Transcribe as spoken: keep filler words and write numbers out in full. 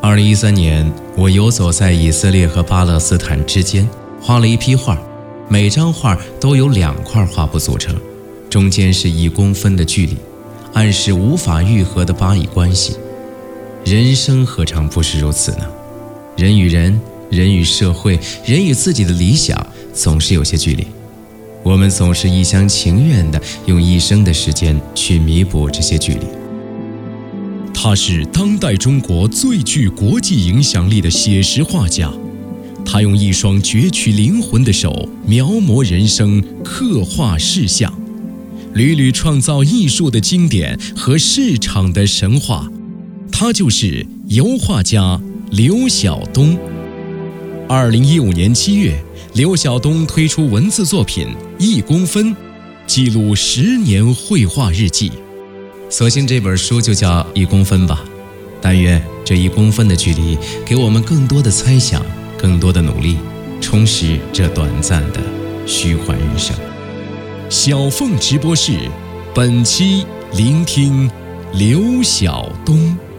二零一三年，我游走在以色列和巴勒斯坦之间，画了一批画，每张画都由两块画布组成，中间是一公分的距离，暗示无法愈合的巴以关系。人生何尝不是如此呢？人与人，人与社会，人与自己的理想，总是有些距离。我们总是一厢情愿地用一生的时间去弥补这些距离。 他是当代中国最具国际影响力的写实画家，他用一双攫取灵魂的手描摹人生，刻画世相，屡屡创造艺术的经典和市场的神话。他就是油画家刘晓东。二零一五年七月，刘晓东推出文字作品《一公分》，记录十年绘画日记。 索性这本书就叫一公分吧，但愿这一公分的距离给我们更多的猜想，更多的努力，充实这短暂的虚幻人生。 小凤直播室，本期聆听刘晓东。